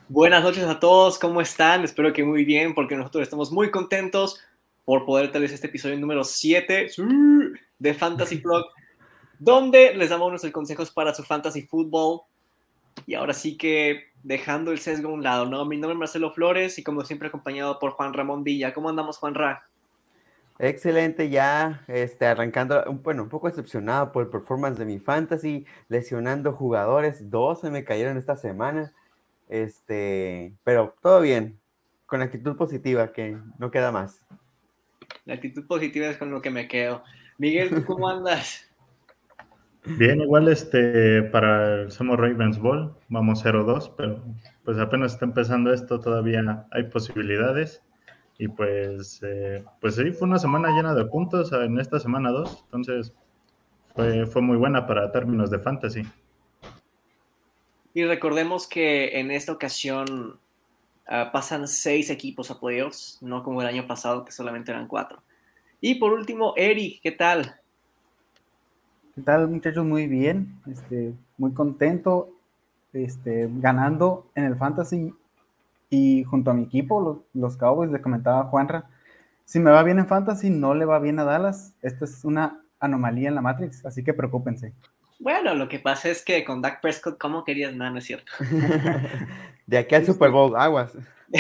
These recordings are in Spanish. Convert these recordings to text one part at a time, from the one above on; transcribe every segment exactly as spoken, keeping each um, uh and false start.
Buenas noches a todos, ¿cómo están? Espero que muy bien, porque nosotros estamos muy contentos por poder traerles este episodio número siete de Fantasy Vlog, donde les damos nuestros consejos para su Fantasy Football. Y ahora sí que dejando el sesgo a un lado, ¿no? Mi nombre es Marcelo Flores y como siempre acompañado por Juan Ramón Villa. ¿Cómo andamos, Juan Ra? Excelente, ya este, arrancando, un- bueno, un poco decepcionado por el performance de mi fantasy, lesionando jugadores, dos se me cayeron esta semana, este, pero todo bien, con actitud positiva, que no queda más. La actitud positiva es con lo que me quedo. Miguel, ¿tú cómo andas? Bien, igual este para el Somos Ravens Ball, vamos cero dos, pero pues apenas está empezando esto, todavía hay posibilidades. Y pues, eh, pues sí, fue una semana llena de puntos en esta semana dos, entonces fue, fue muy buena para términos de fantasy. Y recordemos que en esta ocasión uh, pasan seis equipos a playoffs, no como el año pasado que solamente eran cuatro. Y por último, Eric, ¿qué tal? ¿Qué tal, muchachos? Muy bien, este, muy contento, este, ganando en el Fantasy y junto a mi equipo, los, los Cowboys, le comentaba a Juanra, si me va bien en Fantasy, no le va bien a Dallas. Esto es una anomalía en la Matrix, así que preocúpense. Bueno, lo que pasa es que con Dak Prescott, ¿cómo querías? No, no es cierto. De aquí al Super Bowl, aguas.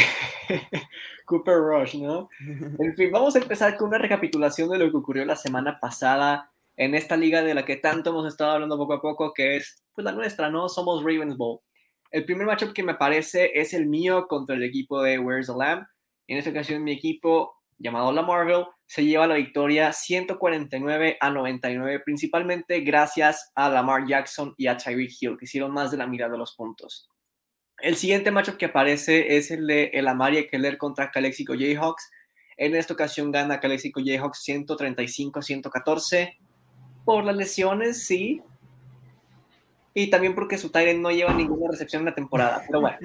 Cooper Rush, ¿no? En fin, vamos a empezar con una recapitulación de lo que ocurrió la semana pasada en esta liga de la que tanto hemos estado hablando poco a poco, que es pues la nuestra, ¿no? Somos Ravens Bowl. El primer matchup que me parece es el mío contra el equipo de Where's the Lamb. En esta ocasión mi equipo, llamado La Marvel, se lleva la victoria ciento cuarenta y nueve a noventa y nueve, principalmente gracias a Lamar Jackson y a Tyreek Hill, que hicieron más de la mitad de los puntos. El siguiente matchup que aparece es el de el Amari Ekeler contra Calexico Jayhawks. En esta ocasión gana Calexico Jayhawks ciento treinta y cinco a ciento catorce. Por las lesiones, sí. Y también porque su Tyrant no lleva ninguna recepción en la temporada. Pero bueno.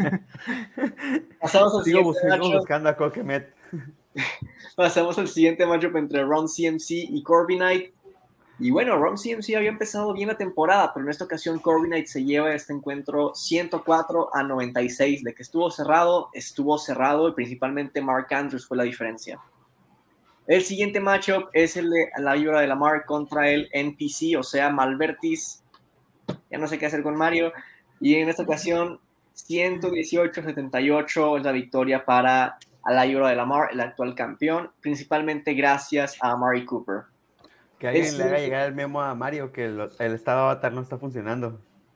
Pasamos al Sigo, siguiente bus sigo matchup. buscando a Coquemet. Pasamos al siguiente matchup entre Ron C M C y Corby Knight. Y bueno, Ron C M C había empezado bien la temporada, pero en esta ocasión Corby Knight se lleva este encuentro ciento cuatro a noventa y seis. De que estuvo cerrado, estuvo cerrado y principalmente Mark Andrews fue la diferencia. El siguiente matchup es el de la vibra de Lamar contra el N P C, o sea, Malvertis. Ya no sé qué hacer con Mario. Y en esta ocasión, ciento dieciocho a setenta y ocho es la victoria para la vibra de Lamar, el actual campeón, principalmente gracias a Amari Cooper. Que El alguien le haga siguiente, llegar el memo a Mario que el, el estado avatar no está funcionando.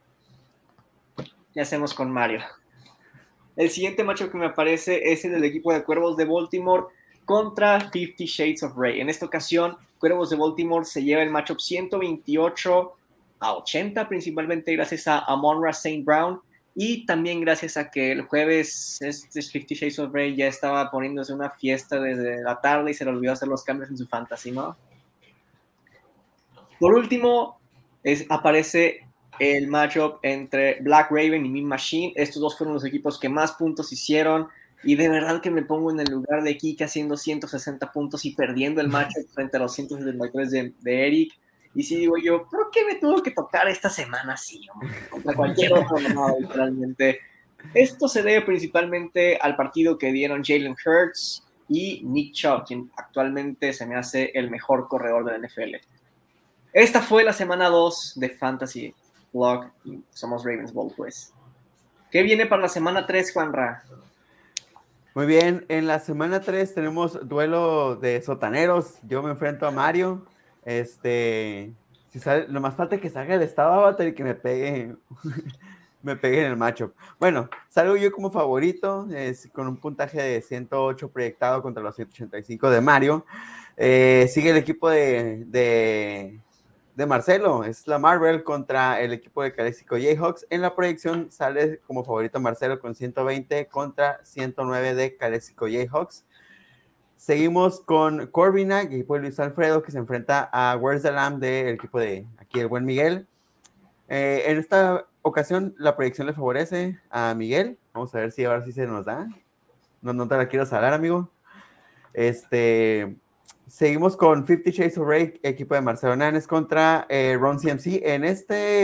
¿qué hacemos con Mario? El siguiente matchup que me aparece es el del equipo de Cuervos de Baltimore contra Fifty Shades of Grey. En esta ocasión, Cuervos de Baltimore se lleva el matchup ciento veintiocho a ochenta, principalmente gracias a Amon-Ra Saint Brown y también gracias a que el jueves este Fifty Shades of Grey ya estaba poniéndose una fiesta desde la tarde y se le olvidó hacer los cambios en su fantasy, ¿no? Por último, es, aparece el matchup entre Black Raven y Mean Machine. Estos dos fueron los equipos que más puntos hicieron. Y de verdad que me pongo en el lugar de Kika haciendo ciento sesenta puntos y perdiendo el matchup frente a los ciento setenta y tres de, de Eric. Y sí digo yo, ¿por qué me tuvo que tocar esta semana así, hombre? Contra cualquier otro ganado, literalmente. Esto se debe principalmente al partido que dieron Jalen Hurts y Nick Chubb, quien actualmente se me hace el mejor corredor de la N F L. Esta fue la semana dos de Fantasy Vlog y somos Ravens Bowl, pues. ¿Qué viene para la semana tres, Juanra? Muy bien, en la semana tres tenemos duelo de sotaneros. Yo me enfrento a Mario. Este, si sale, lo más falta es que salga el estado avatar y que me pegue, me pegue en el matchup. Bueno, salgo yo como favorito, es, con un puntaje de ciento ocho proyectado contra los ciento ochenta y cinco de Mario. Eh, sigue el equipo de, de, de Marcelo, es la Marvel contra el equipo de Calexico Jayhawks. En la proyección sale como favorito Marcelo con ciento veinte contra ciento nueve de Calexico Jayhawks. Seguimos con Corbina, equipo de Luis Alfredo, que se enfrenta a Where's the Lamb del equipo de aquí el buen Miguel. Eh, en esta ocasión la proyección le favorece a Miguel. Vamos a ver si ahora sí se nos da. No, no te la quiero salar, amigo. Este, seguimos con Fifty Shades of Grey, equipo de Marcelo Nanes contra eh, Ron C M C. En este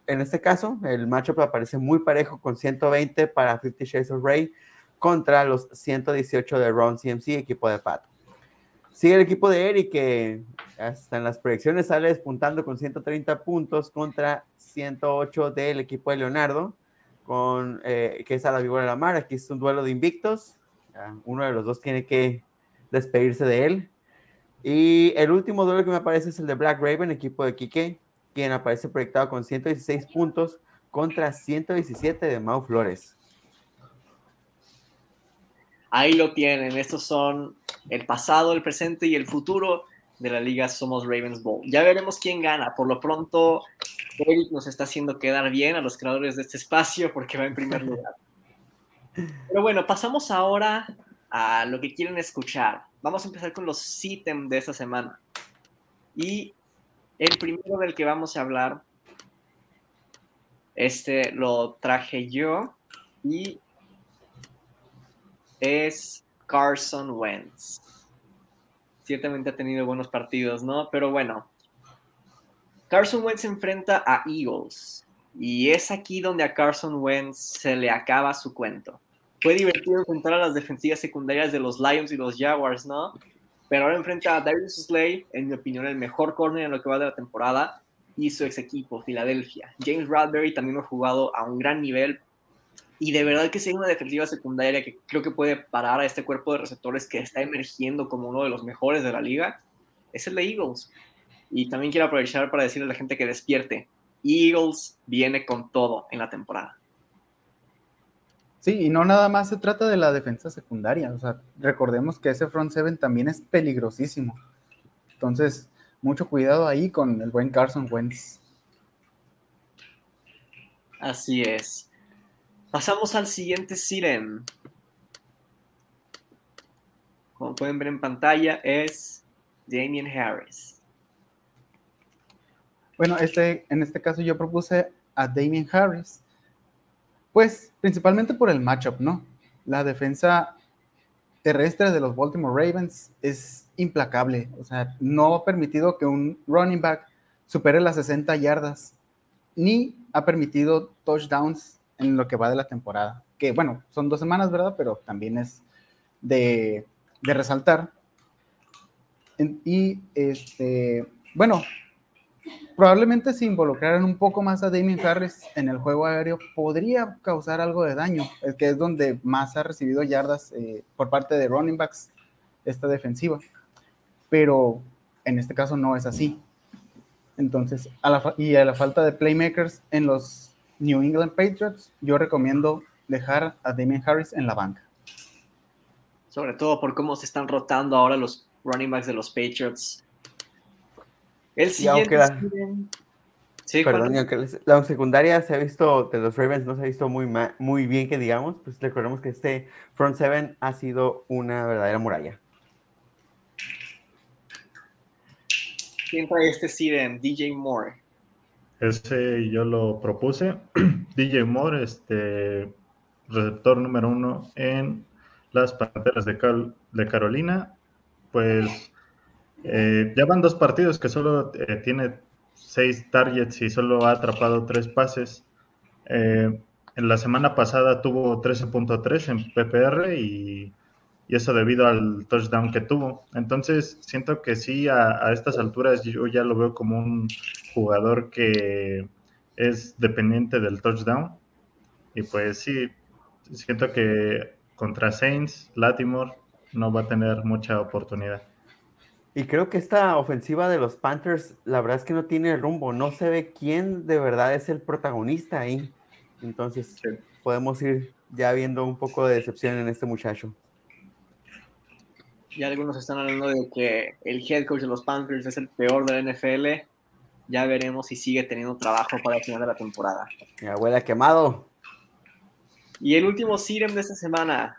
en este caso, el matchup aparece muy parejo con ciento veinte para Fifty Shades of Grey contra los ciento dieciocho de Ron C M C, equipo de Pato. Sigue el equipo de Eric, que hasta en las proyecciones sale despuntando con ciento treinta puntos contra ciento ocho del equipo de Leonardo, con, eh, que es a la víbora de la mar. Aquí es un duelo de invictos. Uno de los dos tiene que despedirse de él. Y el último duelo que me aparece es el de Black Raven, equipo de Quique, quien aparece proyectado con ciento dieciséis puntos contra ciento diecisiete de Mau Flores. Ahí lo tienen. Estos son el pasado, el presente y el futuro de la liga Somos Ravens Bowl. Ya veremos quién gana. Por lo pronto, Eric nos está haciendo quedar bien a los creadores de este espacio porque va en primer lugar. Pero bueno, pasamos ahora a lo que quieren escuchar. Vamos a empezar con los sítem de esta semana. Y el primero del que vamos a hablar, este lo traje yo y es Carson Wentz. Ciertamente ha tenido buenos partidos, ¿no? Pero bueno, Carson Wentz se enfrenta a Eagles y es aquí donde a Carson Wentz se le acaba su cuento. Fue divertido enfrentar a las defensivas secundarias de los Lions y los Jaguars, ¿no? Pero ahora enfrenta a Darius Slay, en mi opinión, el mejor corner en lo que va de la temporada, y su ex equipo, Filadelfia. James Bradbury también ha jugado a un gran nivel, y de verdad que si hay una defensiva secundaria que creo que puede parar a este cuerpo de receptores que está emergiendo como uno de los mejores de la liga, es el de Eagles. Y también quiero aprovechar para decirle a la gente que despierte. Eagles viene con todo en la temporada. Sí, y no nada más se trata de la defensa secundaria, o sea, recordemos que ese front seven también es peligrosísimo. Entonces, mucho cuidado ahí con el buen Carson Wentz. Así es. Pasamos al siguiente sítem. Como pueden ver en pantalla, es Damien Harris. Bueno, este, en este caso yo propuse a Damien Harris, pues principalmente por el matchup, ¿no? La defensa terrestre de los Baltimore Ravens es implacable, o sea, no ha permitido que un running back supere las sesenta yardas, ni ha permitido touchdowns en lo que va de la temporada, que bueno, son dos semanas, ¿verdad? Pero también es de, de resaltar. Y este, bueno, probablemente si involucraran un poco más a Damien Harris en el juego aéreo, podría causar algo de daño, el que es donde más ha recibido yardas eh, por parte de running backs esta defensiva. Pero en este caso no es así. Entonces, a la, y a la falta de playmakers en los New England Patriots, yo recomiendo dejar a Damien Harris en la banca. Sobre todo por cómo se están rotando ahora los running backs de los Patriots. El siguiente... La, sí, perdón, y aunque la secundaria se ha visto, de los Ravens no se ha visto muy, ma, muy bien, que digamos, pues recordemos que este front seven ha sido una verdadera muralla. ¿Quién trae este sítem? D J Moore. Ese yo lo propuse. D J Moore, este receptor número uno en las Panteras de, Cal de Carolina. Pues eh, ya van dos partidos que solo eh, tiene seis targets y solo ha atrapado tres pases. Eh, en la semana pasada tuvo trece punto tres en P P R y, y eso debido al touchdown que tuvo. Entonces siento que sí, a, a estas alturas yo ya lo veo como un jugador que es dependiente del touchdown. Y pues sí, siento que contra Saints, Latimore no va a tener mucha oportunidad. Y creo que esta ofensiva de los Panthers, la verdad es que no tiene rumbo, no se ve quién de verdad es el protagonista ahí. Entonces, sí, podemos ir ya viendo un poco de decepción en este muchacho. Ya algunos están hablando de que el head coach de los Panthers es el peor de la N F L. Ya veremos si sigue teniendo trabajo para el final de la temporada. Mi abuela quemado. Y el último sítem de esta semana.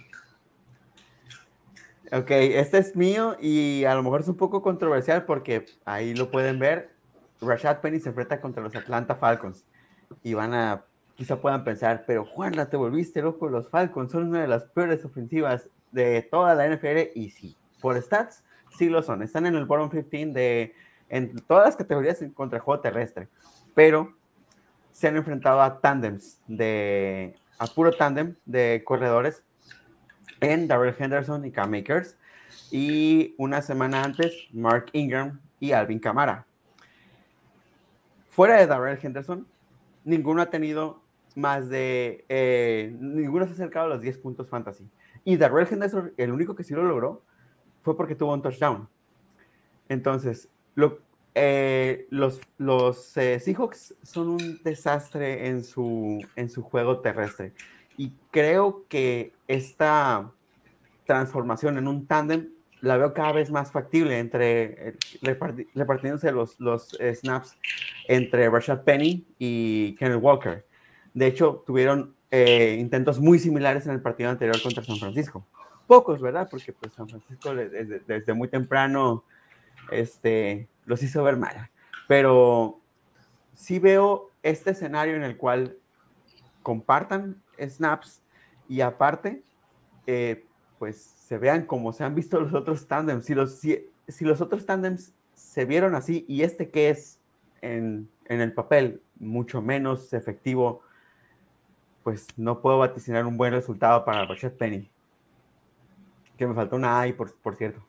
Ok, este es mío y a lo mejor es un poco controversial porque ahí lo pueden ver. Rashad Penny se enfrenta contra los Atlanta Falcons y van a, quizá puedan pensar, pero Juanla, te volviste loco, los Falcons son una de las peores ofensivas de toda la N F L, y sí, por stats, sí lo son, están en el bottom quince de, en todas las categorías contra el juego terrestre, pero se han enfrentado a tandems, de, a puro tándem de corredores en Darrell Henderson y Cam Akers. Y una semana antes, Mark Ingram y Alvin Kamara. Fuera de Darrell Henderson, ninguno ha tenido más de... Eh, ninguno se ha acercado a los diez puntos fantasy. Y Darrell Henderson, el único que sí lo logró, fue porque tuvo un touchdown. Entonces, lo, eh, los, los eh, Seahawks son un desastre en su, en su juego terrestre. Y creo que esta transformación en un tándem la veo cada vez más factible entre eh, reparti, repartiéndose los, los eh, snaps entre Rashad Penny y Kenneth Walker. De hecho, tuvieron eh, intentos muy similares en el partido anterior contra San Francisco. Pocos, ¿verdad? Porque pues, San Francisco desde, desde muy temprano este, los hizo ver mal. Pero sí veo este escenario en el cual compartan snaps y aparte eh, pues se vean como se han visto los otros tándems. Si los, si, si los otros tándems se vieron así y este que es en, en el papel mucho menos efectivo, pues no puedo vaticinar un buen resultado para Rashad Penny. Que me faltó una A I, por, por cierto.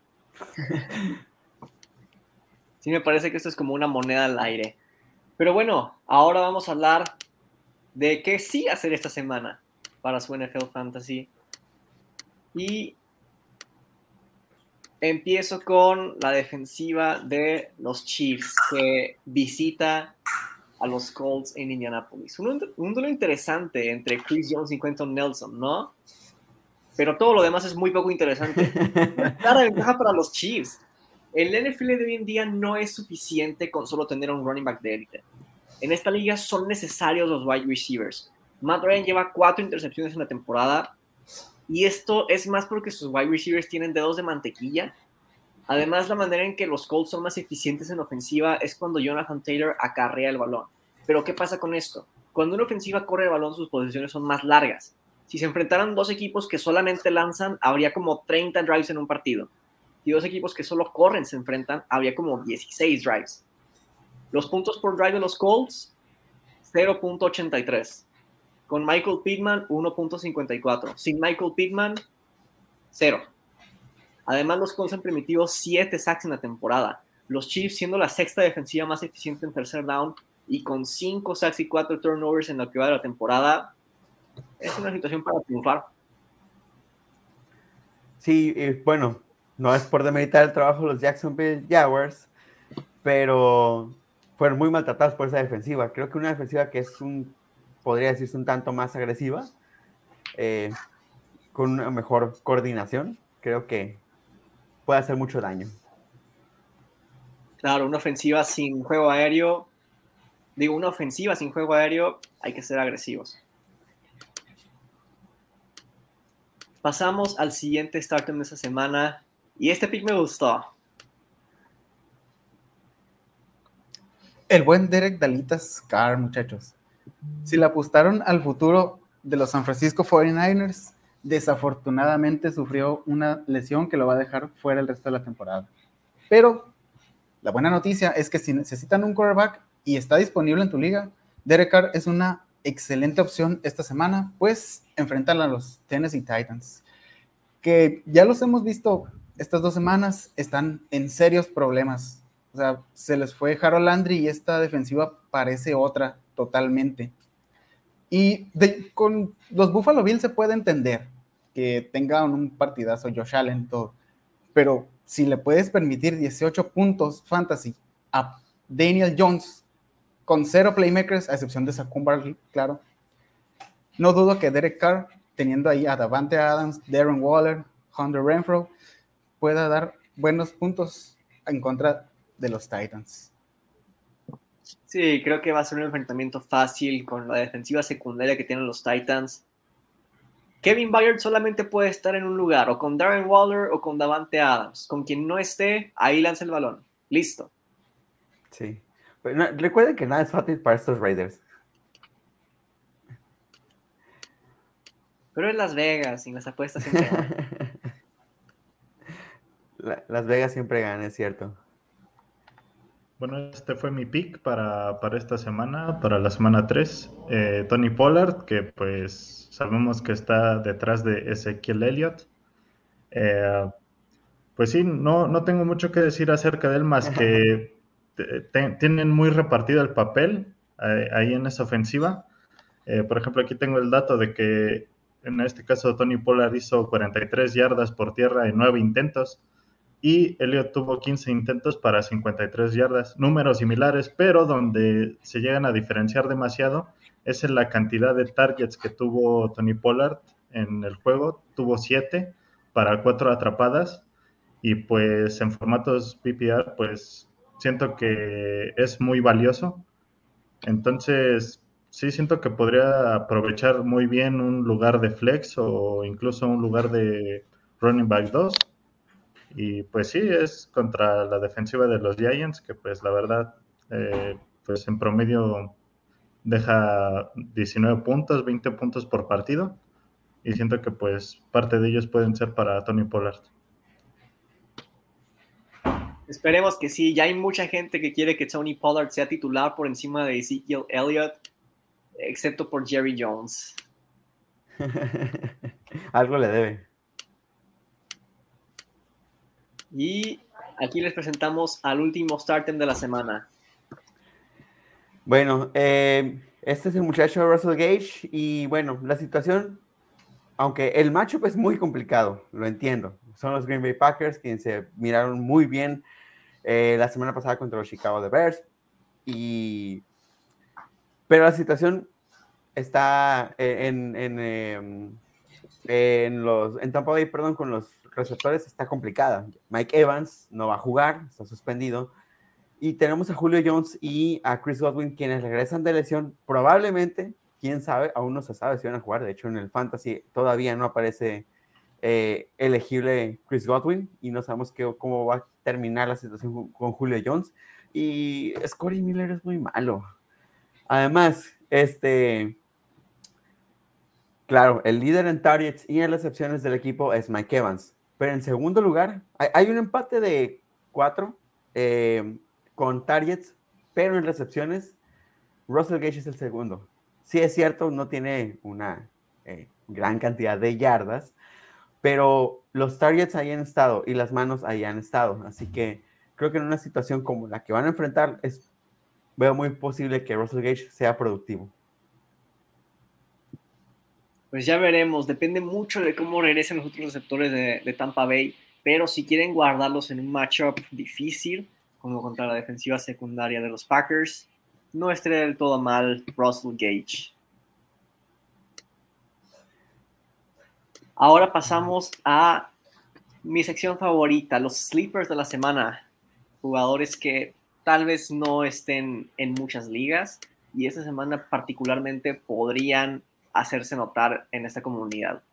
Sí, me parece que esto es como una moneda al aire. Pero bueno, ahora vamos a hablar de qué sí hacer esta semana para su N F L Fantasy. Y empiezo con la defensiva de los Chiefs, que visita a los Colts en Indianapolis. Un, un duelo interesante entre Chris Jones y Quentin Nelson, ¿no? Pero todo lo demás es muy poco interesante. Una clara ventaja para los Chiefs. El N F L de hoy en día no es suficiente con solo tener un running back de élite. En esta liga son necesarios los wide receivers. Matt Ryan lleva cuatro intercepciones en la temporada, y esto es más porque sus wide receivers tienen dedos de mantequilla. Además, la manera en que los Colts son más eficientes en ofensiva es cuando Jonathan Taylor acarrea el balón. Pero ¿qué pasa con esto? Cuando una ofensiva corre el balón, sus posiciones son más largas. Si se enfrentaran dos equipos que solamente lanzan, habría como treinta drives en un partido. Si dos equipos que solo corren se enfrentan, habría como dieciséis drives. Los puntos por drive de los Colts, cero punto ochenta y tres. Con Michael Pittman, uno punto cincuenta y cuatro. Sin Michael Pittman, cero. Además, los Colts han permitido siete sacks en la temporada. Los Chiefs, siendo la sexta defensiva más eficiente en tercer down y con cinco sacks y cuatro turnovers en lo que va de la temporada, es una situación para triunfar. Sí, eh, bueno, no es por demeritar el trabajo de los Jacksonville Jaguars, pero fueron muy maltratados por esa defensiva. Creo que una defensiva que es un, podría decirse un tanto más agresiva, eh, con una mejor coordinación, creo que puede hacer mucho daño. Claro, una ofensiva sin juego aéreo, digo, una ofensiva sin juego aéreo, hay que ser agresivos. Pasamos al siguiente starter de esta semana, y este pick me gustó. El buen Derek Dalitas Carr, muchachos. Si le apostaron al futuro de los San Francisco cuarenta y nueve ers, desafortunadamente sufrió una lesión que lo va a dejar fuera el resto de la temporada. Pero la buena noticia es que si necesitan un quarterback y está disponible en tu liga, Derek Carr es una excelente opción esta semana, pues enfrentan a los Tennessee Titans, que ya los hemos visto estas dos semanas, están en serios problemas. O sea, se les fue Harold Landry y esta defensiva parece otra totalmente. Y de, con los Buffalo Bills se puede entender que tengan un partidazo Josh Allen, todo, pero si le puedes permitir dieciocho puntos fantasy a Daniel Jones con cero playmakers, a excepción de Saquon Barkley, claro, no dudo que Derek Carr, teniendo ahí a Davante Adams, Darren Waller, Hunter Renfrow, pueda dar buenos puntos en contra de los Titans. Sí, creo que va a ser un enfrentamiento fácil con la defensiva secundaria que tienen los Titans. Kevin Byard solamente puede estar en un lugar, o con Darren Waller o con Davante Adams. Con quien no esté, ahí lanza el balón. Listo. Sí. Pero no, recuerden que nada es fácil para estos Raiders. Pero en Las Vegas, y las apuestas siempre ganan. La, Las Vegas siempre ganan, es cierto. Bueno, este fue mi pick para, para esta semana, para la semana tres. Eh, Tony Pollard, que pues sabemos que está detrás de Ezekiel Elliott. Eh, pues sí, no, no tengo mucho que decir acerca de él más que te- te- tienen muy repartido el papel eh, ahí en esa ofensiva. Eh, por ejemplo, aquí tengo el dato de que en este caso Tony Pollard hizo cuarenta y tres yardas por tierra en nueve intentos y Elliott tuvo quince intentos para cincuenta y tres yardas, números similares, pero donde se llegan a diferenciar demasiado es en la cantidad de targets que tuvo Tony Pollard en el juego. Tuvo siete para cuatro atrapadas y pues en formatos P P R pues siento que es muy valioso. Entonces sí siento que podría aprovechar muy bien un lugar de flex o incluso un lugar de running back dos. Y pues sí, es contra la defensiva de los Giants, que pues la verdad, eh, pues en promedio deja diecinueve puntos, veinte puntos por partido. Y siento que pues parte de ellos pueden ser para Tony Pollard. Esperemos que sí. Ya hay mucha gente que quiere que Tony Pollard sea titular por encima de Ezekiel Elliott, excepto por Jerry Jones. Algo le debe. Y aquí les presentamos al último startem de la semana. Bueno, eh, este es el muchacho Russell Gage y bueno, la situación, aunque el matchup es muy complicado, lo entiendo. Son los Green Bay Packers quienes se miraron muy bien eh, la semana pasada contra los Chicago Bears. Y... Pero la situación está en, en, en, en, los, en Tampa Bay, perdón, con los receptores está complicada. Mike Evans no va a jugar, está suspendido. Y tenemos a Julio Jones y a Chris Godwin, quienes regresan de lesión. Probablemente, quién sabe, aún no se sabe si van a jugar. De hecho, en el Fantasy todavía no aparece eh, elegible Chris Godwin y no sabemos qué, cómo va a terminar la situación con, con Julio Jones. Y Scotty Miller es muy malo. Además, este... Claro, el líder en targets y en recepciones del equipo es Mike Evans. Pero en segundo lugar, hay, hay un empate de cuatro eh, con targets, pero en recepciones, Russell Gage es el segundo. Sí es cierto, no tiene una eh, gran cantidad de yardas, pero los targets ahí han estado y las manos ahí han estado. Así que creo que en una situación como la que van a enfrentar, es, veo muy posible que Russell Gage sea productivo. Pues ya veremos, depende mucho de cómo regresen los otros receptores de, de Tampa Bay, pero si quieren guardarlos en un matchup difícil, como contra la defensiva secundaria de los Packers, no estaría del todo mal Russell Gage. Ahora pasamos a mi sección favorita, los sleepers de la semana, jugadores que tal vez no estén en muchas ligas y esta semana particularmente podrían hacerse notar en esta comunidad.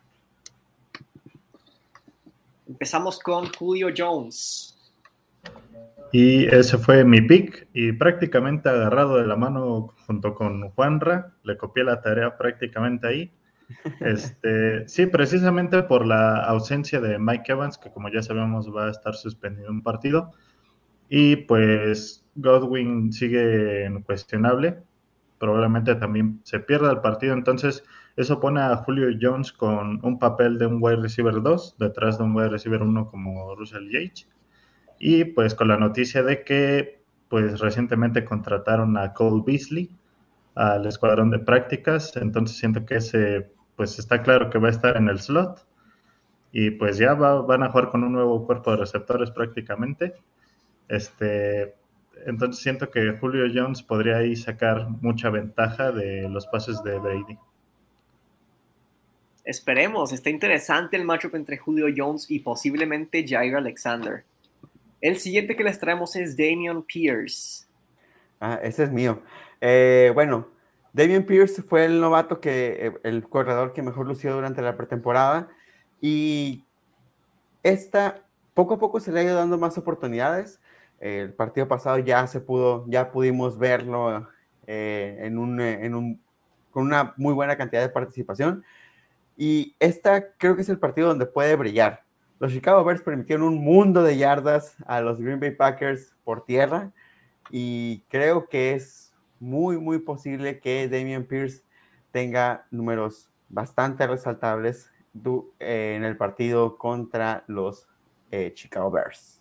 Empezamos con Julio Jones. Y ese fue mi pick y prácticamente agarrado de la mano junto con Juanra, le copié la tarea prácticamente ahí. Este, sí, precisamente por la ausencia de Mike Evans, que como ya sabemos va a estar suspendido un partido, y pues Godwin sigue cuestionable, probablemente también se pierda el partido, entonces eso pone a Julio Jones con un papel de un wide receiver dos, detrás de un wide receiver uno como Russell Gage, y pues con la noticia de que pues recientemente contrataron a Cole Beasley al escuadrón de prácticas, entonces siento que ese pues está claro que va a estar en el slot y pues ya va, van a jugar con un nuevo cuerpo de receptores prácticamente. Este, entonces siento que Julio Jones podría ahí sacar mucha ventaja de los pases de Brady. Esperemos, está interesante el matchup entre Julio Jones y posiblemente Jair Alexander. El siguiente que les traemos es Dameon Pierce. Ah, ese es mío. Eh, bueno, Dameon Pierce fue el novato que, el corredor que mejor lució durante la pretemporada y esta, poco a poco se le ha ido dando más oportunidades. El partido pasado ya se pudo, ya pudimos verlo eh, en un, en un, con una muy buena cantidad de participación. Y esta creo que es el partido donde puede brillar. Los Chicago Bears permitieron un mundo de yardas a los Green Bay Packers por tierra. y creo que es muy, muy posible que Dameon Pierce tenga números bastante resaltables du- eh, en el partido contra los eh, Chicago Bears.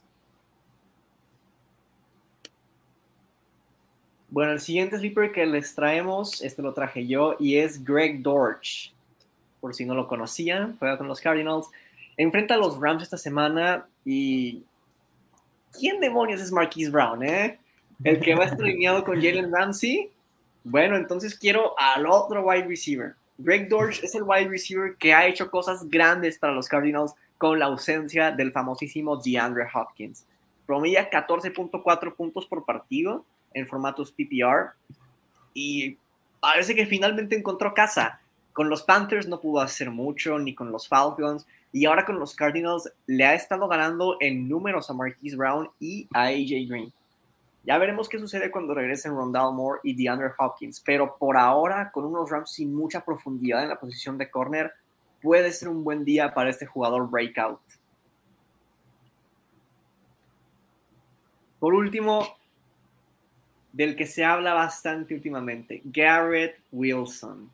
Bueno, el siguiente sleeper que les traemos, este lo traje yo, y es Greg Dortch. Por si no lo conocían, juega con los Cardinals. Enfrenta a los Rams esta semana y... ¿quién demonios es Marquise Brown, eh? El que va a estar alineado con Jalen Ramsey. Bueno, entonces quiero al otro wide receiver. Greg Dortch es el wide receiver que ha hecho cosas grandes para los Cardinals con la ausencia del famosísimo DeAndre Hopkins. Promedia catorce punto cuatro puntos por partido en formatos P P R y parece que finalmente encontró casa. Con los Panthers no pudo hacer mucho, ni con los Falcons, y ahora con los Cardinals le ha estado ganando en números a Marquise Brown y a A J Green. Ya veremos qué sucede cuando regresen Rondale Moore y DeAndre Hopkins, pero por ahora, con unos Rams sin mucha profundidad en la posición de corner, puede ser un buen día para este jugador breakout. Por último, del que se habla bastante últimamente, Garrett Wilson.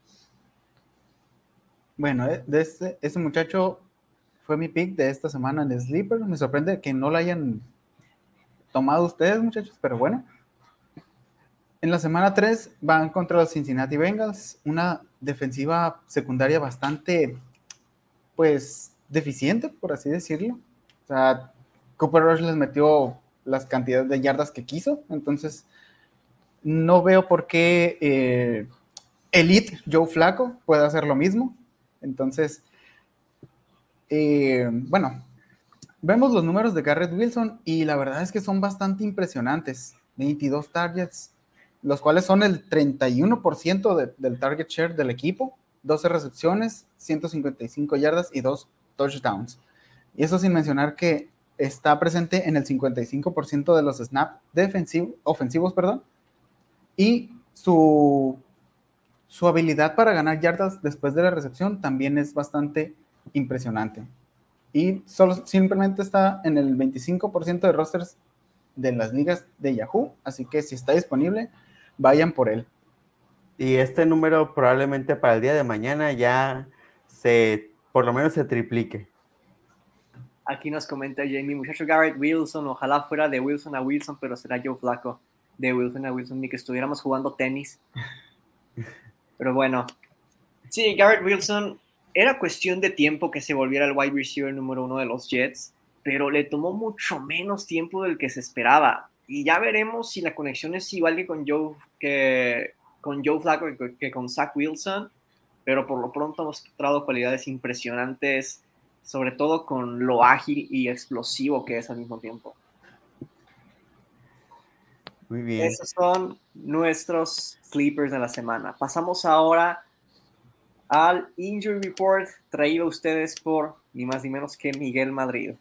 Bueno, eh, de este, este muchacho fue mi pick de esta semana en Sleeper. Me sorprende que no lo hayan tomado ustedes, muchachos, pero bueno. En la semana tres van contra los Cincinnati Bengals, una defensiva secundaria bastante, pues, deficiente, por así decirlo. O sea, Cooper Rush les metió las cantidades de yardas que quiso, entonces no veo por qué eh, Elite Joe Flacco puede hacer lo mismo. Entonces, eh, bueno, vemos los números de Garrett Wilson y la verdad es que son bastante impresionantes. veintidós targets, los cuales son el treinta y uno por ciento de, del target share del equipo, doce recepciones, ciento cincuenta y cinco yardas y dos touchdowns. Y eso sin mencionar que está presente en el cincuenta y cinco por ciento de los snaps defensivos, ofensivos, perdón, y su, su habilidad para ganar yardas después de la recepción también es bastante impresionante. Y solo simplemente está en el veinticinco por ciento de rosters de las ligas de Yahoo, así que si está disponible, vayan por él. Y este número probablemente para el día de mañana ya se, por lo menos se triplique. Aquí nos comenta Jamie, muchacho Garrett Wilson, ojalá fuera de Wilson a Wilson, pero será Joe Flacco. De Wilson a Wilson, ni que estuviéramos jugando tenis. Pero bueno, sí, Garrett Wilson, era cuestión de tiempo que se volviera el wide receiver número uno de los Jets, pero le tomó mucho menos tiempo del que se esperaba. Y ya veremos si la conexión es igual que con Joe, que, con Joe Flacco que, que con Zach Wilson, pero por lo pronto ha mostrado cualidades impresionantes, sobre todo con lo ágil y explosivo que es al mismo tiempo. Muy bien. Esos son nuestros sleepers de la semana. Pasamos ahora al Injury Report traído a ustedes por ni más ni menos que Miguel Madrid.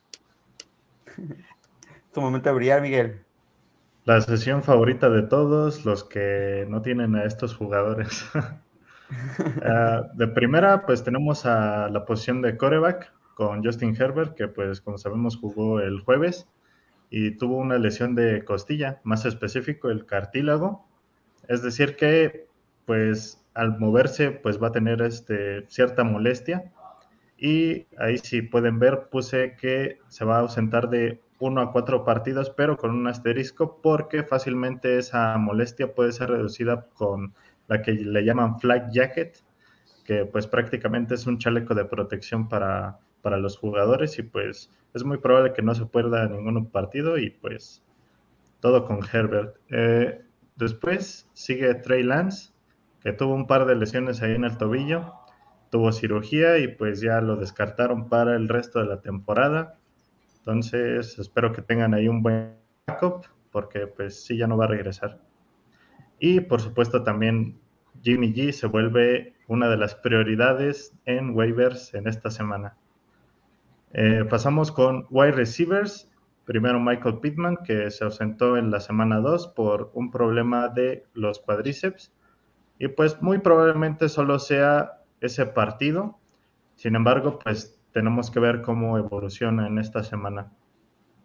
Es tu momento de brillar, Miguel. La sesión favorita de todos los que no tienen a estos jugadores. uh, de primera, pues tenemos a la posición de quarterback con Justin Herbert, que pues como sabemos jugó el jueves y tuvo una lesión de costilla, más específico el cartílago. Es decir que pues al moverse pues va a tener este, cierta molestia. Y ahí si pueden ver puse que se va a ausentar de uno a cuatro partidos, pero con un asterisco porque fácilmente esa molestia puede ser reducida con la que le llaman flag jacket, que pues prácticamente es un chaleco de protección para, para los jugadores y pues es muy probable que no se pierda ningún partido y pues todo con Herbert. Eh, después sigue Trey Lance, que tuvo un par de lesiones ahí en el tobillo, tuvo cirugía y pues ya lo descartaron para el resto de la temporada. Entonces espero que tengan ahí un buen backup porque pues sí, ya no va a regresar. Y por supuesto también Jimmy G se vuelve una de las prioridades en waivers en esta semana. Eh, pasamos con wide receivers. Primero Michael Pittman, que se ausentó en la semana dos por un problema de los cuádriceps. Y pues muy probablemente solo sea ese partido. Sin embargo, pues tenemos que ver cómo evoluciona en esta semana.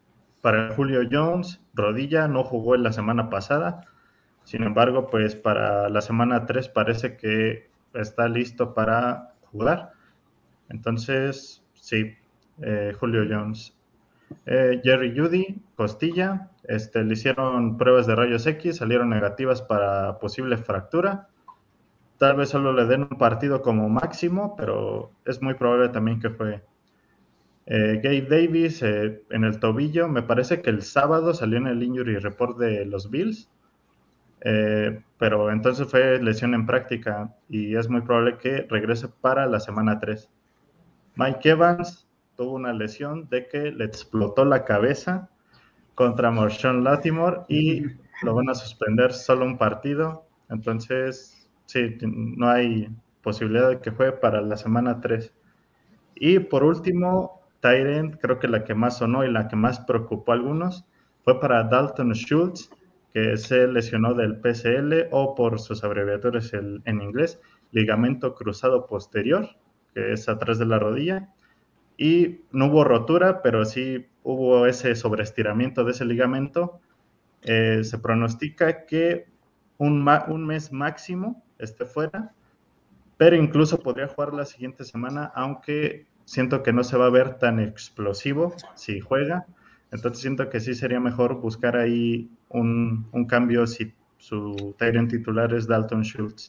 para Julio Jones, rodilla, no jugó en la semana pasada. Sin embargo, pues para la semana tres parece que está listo para jugar. Entonces, sí, eh, Julio Jones. Eh, Jerry Jeudy, costilla, este, le hicieron pruebas de rayos X, salieron negativas para posible fractura. Tal vez solo le den un partido como máximo, pero es muy probable también que juegue. Eh, Gabe Davis eh, en el tobillo, me parece que el sábado salió en el injury report de los Bills, eh, pero entonces fue lesión en práctica y es muy probable que regrese para la semana tres. Mike Evans tuvo una lesión de que le explotó la cabeza contra Marshawn Lattimore y lo van a suspender solo un partido, entonces sí, no hay posibilidad de que juegue para la semana tres. Y por último, tight end, creo que la que más sonó y la que más preocupó a algunos fue para Dalton Schultz, que se lesionó del P C L o por sus abreviaturas el, en inglés, ligamento cruzado posterior, que es atrás de la rodilla. Y no hubo rotura, pero sí hubo ese sobreestiramiento de ese ligamento. Eh, se pronostica que un, ma- un mes máximo esté fuera, pero incluso podría jugar la siguiente semana, aunque siento que no se va a ver tan explosivo si juega. Entonces siento que sí sería mejor buscar ahí un, un cambio si su tight end titular es Dalton Schultz.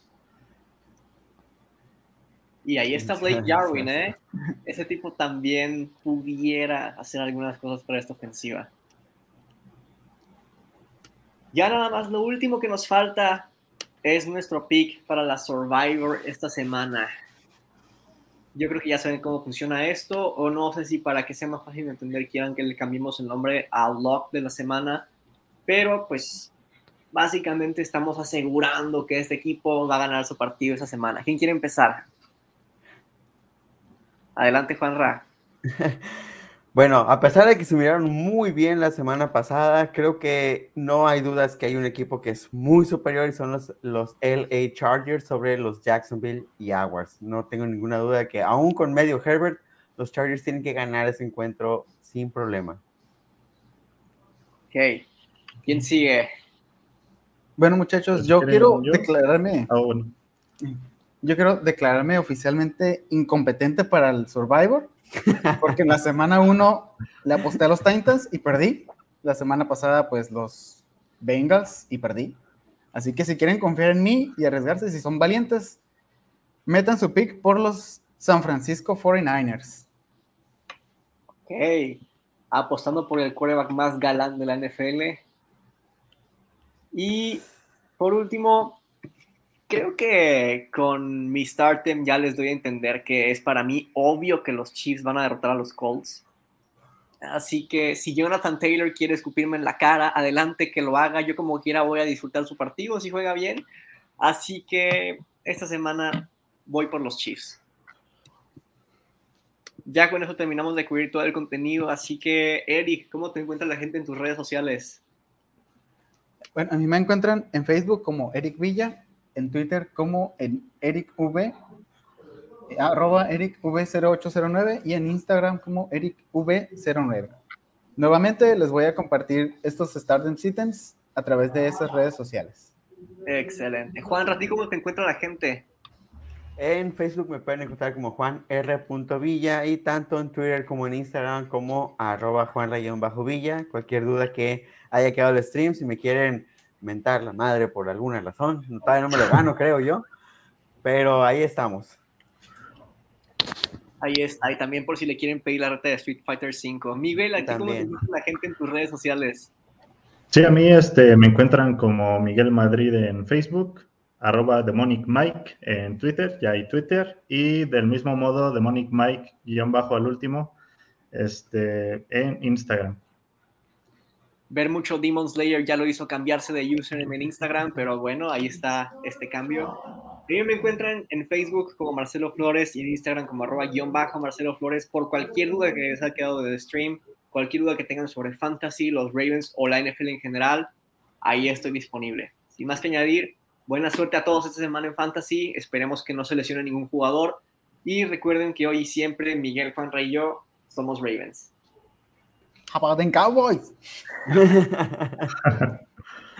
Y ahí está Blake Jarwin, ¿eh? Ese tipo también pudiera hacer algunas cosas para esta ofensiva. Ya nada más lo último que nos falta es nuestro pick para la Survivor esta semana. Yo creo que ya saben cómo funciona esto, o no sé si para que sea más fácil de entender quieran que le cambiemos el nombre a Lock de la semana, pero pues básicamente estamos asegurando que este equipo va a ganar su partido esa semana. ¿Quién quiere empezar? Adelante, Juanra. Bueno, a pesar de que se miraron muy bien la semana pasada, creo que no hay dudas que hay un equipo que es muy superior y son los, los L A Chargers sobre los Jacksonville Jaguars. No tengo ninguna duda de que aún con medio Herbert, los Chargers tienen que ganar ese encuentro sin problema. Ok. ¿Quién sigue? Bueno, muchachos, Pues, yo ¿creen quiero yo? declararme, Ah, bueno. yo quiero declararme oficialmente incompetente para el Survivor, porque en la semana uno le aposté a los Titans y perdí. La semana pasada, pues, los Bengals y perdí. Así que si quieren confiar en mí y arriesgarse, si son valientes, metan su pick por los San Francisco cuarenta y nueve ers. Ok. Apostando por el quarterback más galán de la N F L. Y por último, creo que con mi Startem ya les doy a entender que es para mí obvio que los Chiefs van a derrotar a los Colts. Así que si Jonathan Taylor quiere escupirme en la cara, adelante, que lo haga. Yo como quiera voy a disfrutar su partido si juega bien. Así que esta semana voy por los Chiefs. Ya con eso terminamos de cubrir todo el contenido. Así que, Eric, ¿cómo te encuentra la gente en tus redes sociales? Bueno, a mí me encuentran en Facebook como Eric Villa, en Twitter como en Eric V, arroba Eric V cero ocho cero nueve y en Instagram como Eric V cero nueve. Nuevamente les voy a compartir estos Stardom Sittens a través de esas redes sociales. Excelente. Juan, ¿a ti cómo te encuentra la gente? En Facebook me pueden encontrar como Juan R. Villa y tanto en Twitter como en Instagram como arroba Juan-Villa. Cualquier duda que haya quedado el stream, si me quieren mentar la madre por alguna razón, todavía no me lo gano, creo yo, pero ahí estamos. Ahí está, y también por si le quieren pedir la reta de Street Fighter cinco. Miguel, ¿a ti cómo te encuentra la gente en tus redes sociales? Sí, a mí este, me encuentran como Miguel Madrid en Facebook, arroba Demonic Mike en Twitter, ya hay Twitter, y del mismo modo Demonic Mike guión bajo al último este, en Instagram. Ver mucho Demon Slayer ya lo hizo cambiarse de username en Instagram, pero bueno, ahí está este cambio. A mí me encuentran en Facebook como Marcelo Flores y en Instagram como arroba guión bajo Marcelo Flores por cualquier duda que les haya quedado del stream, cualquier duda que tengan sobre Fantasy, los Ravens o la N F L en general, ahí estoy disponible. Sin más que añadir, buena suerte a todos esta semana en Fantasy, esperemos que no se lesione ningún jugador y recuerden que hoy y siempre Miguel, Juanra y yo somos Ravens. How about them Cowboys?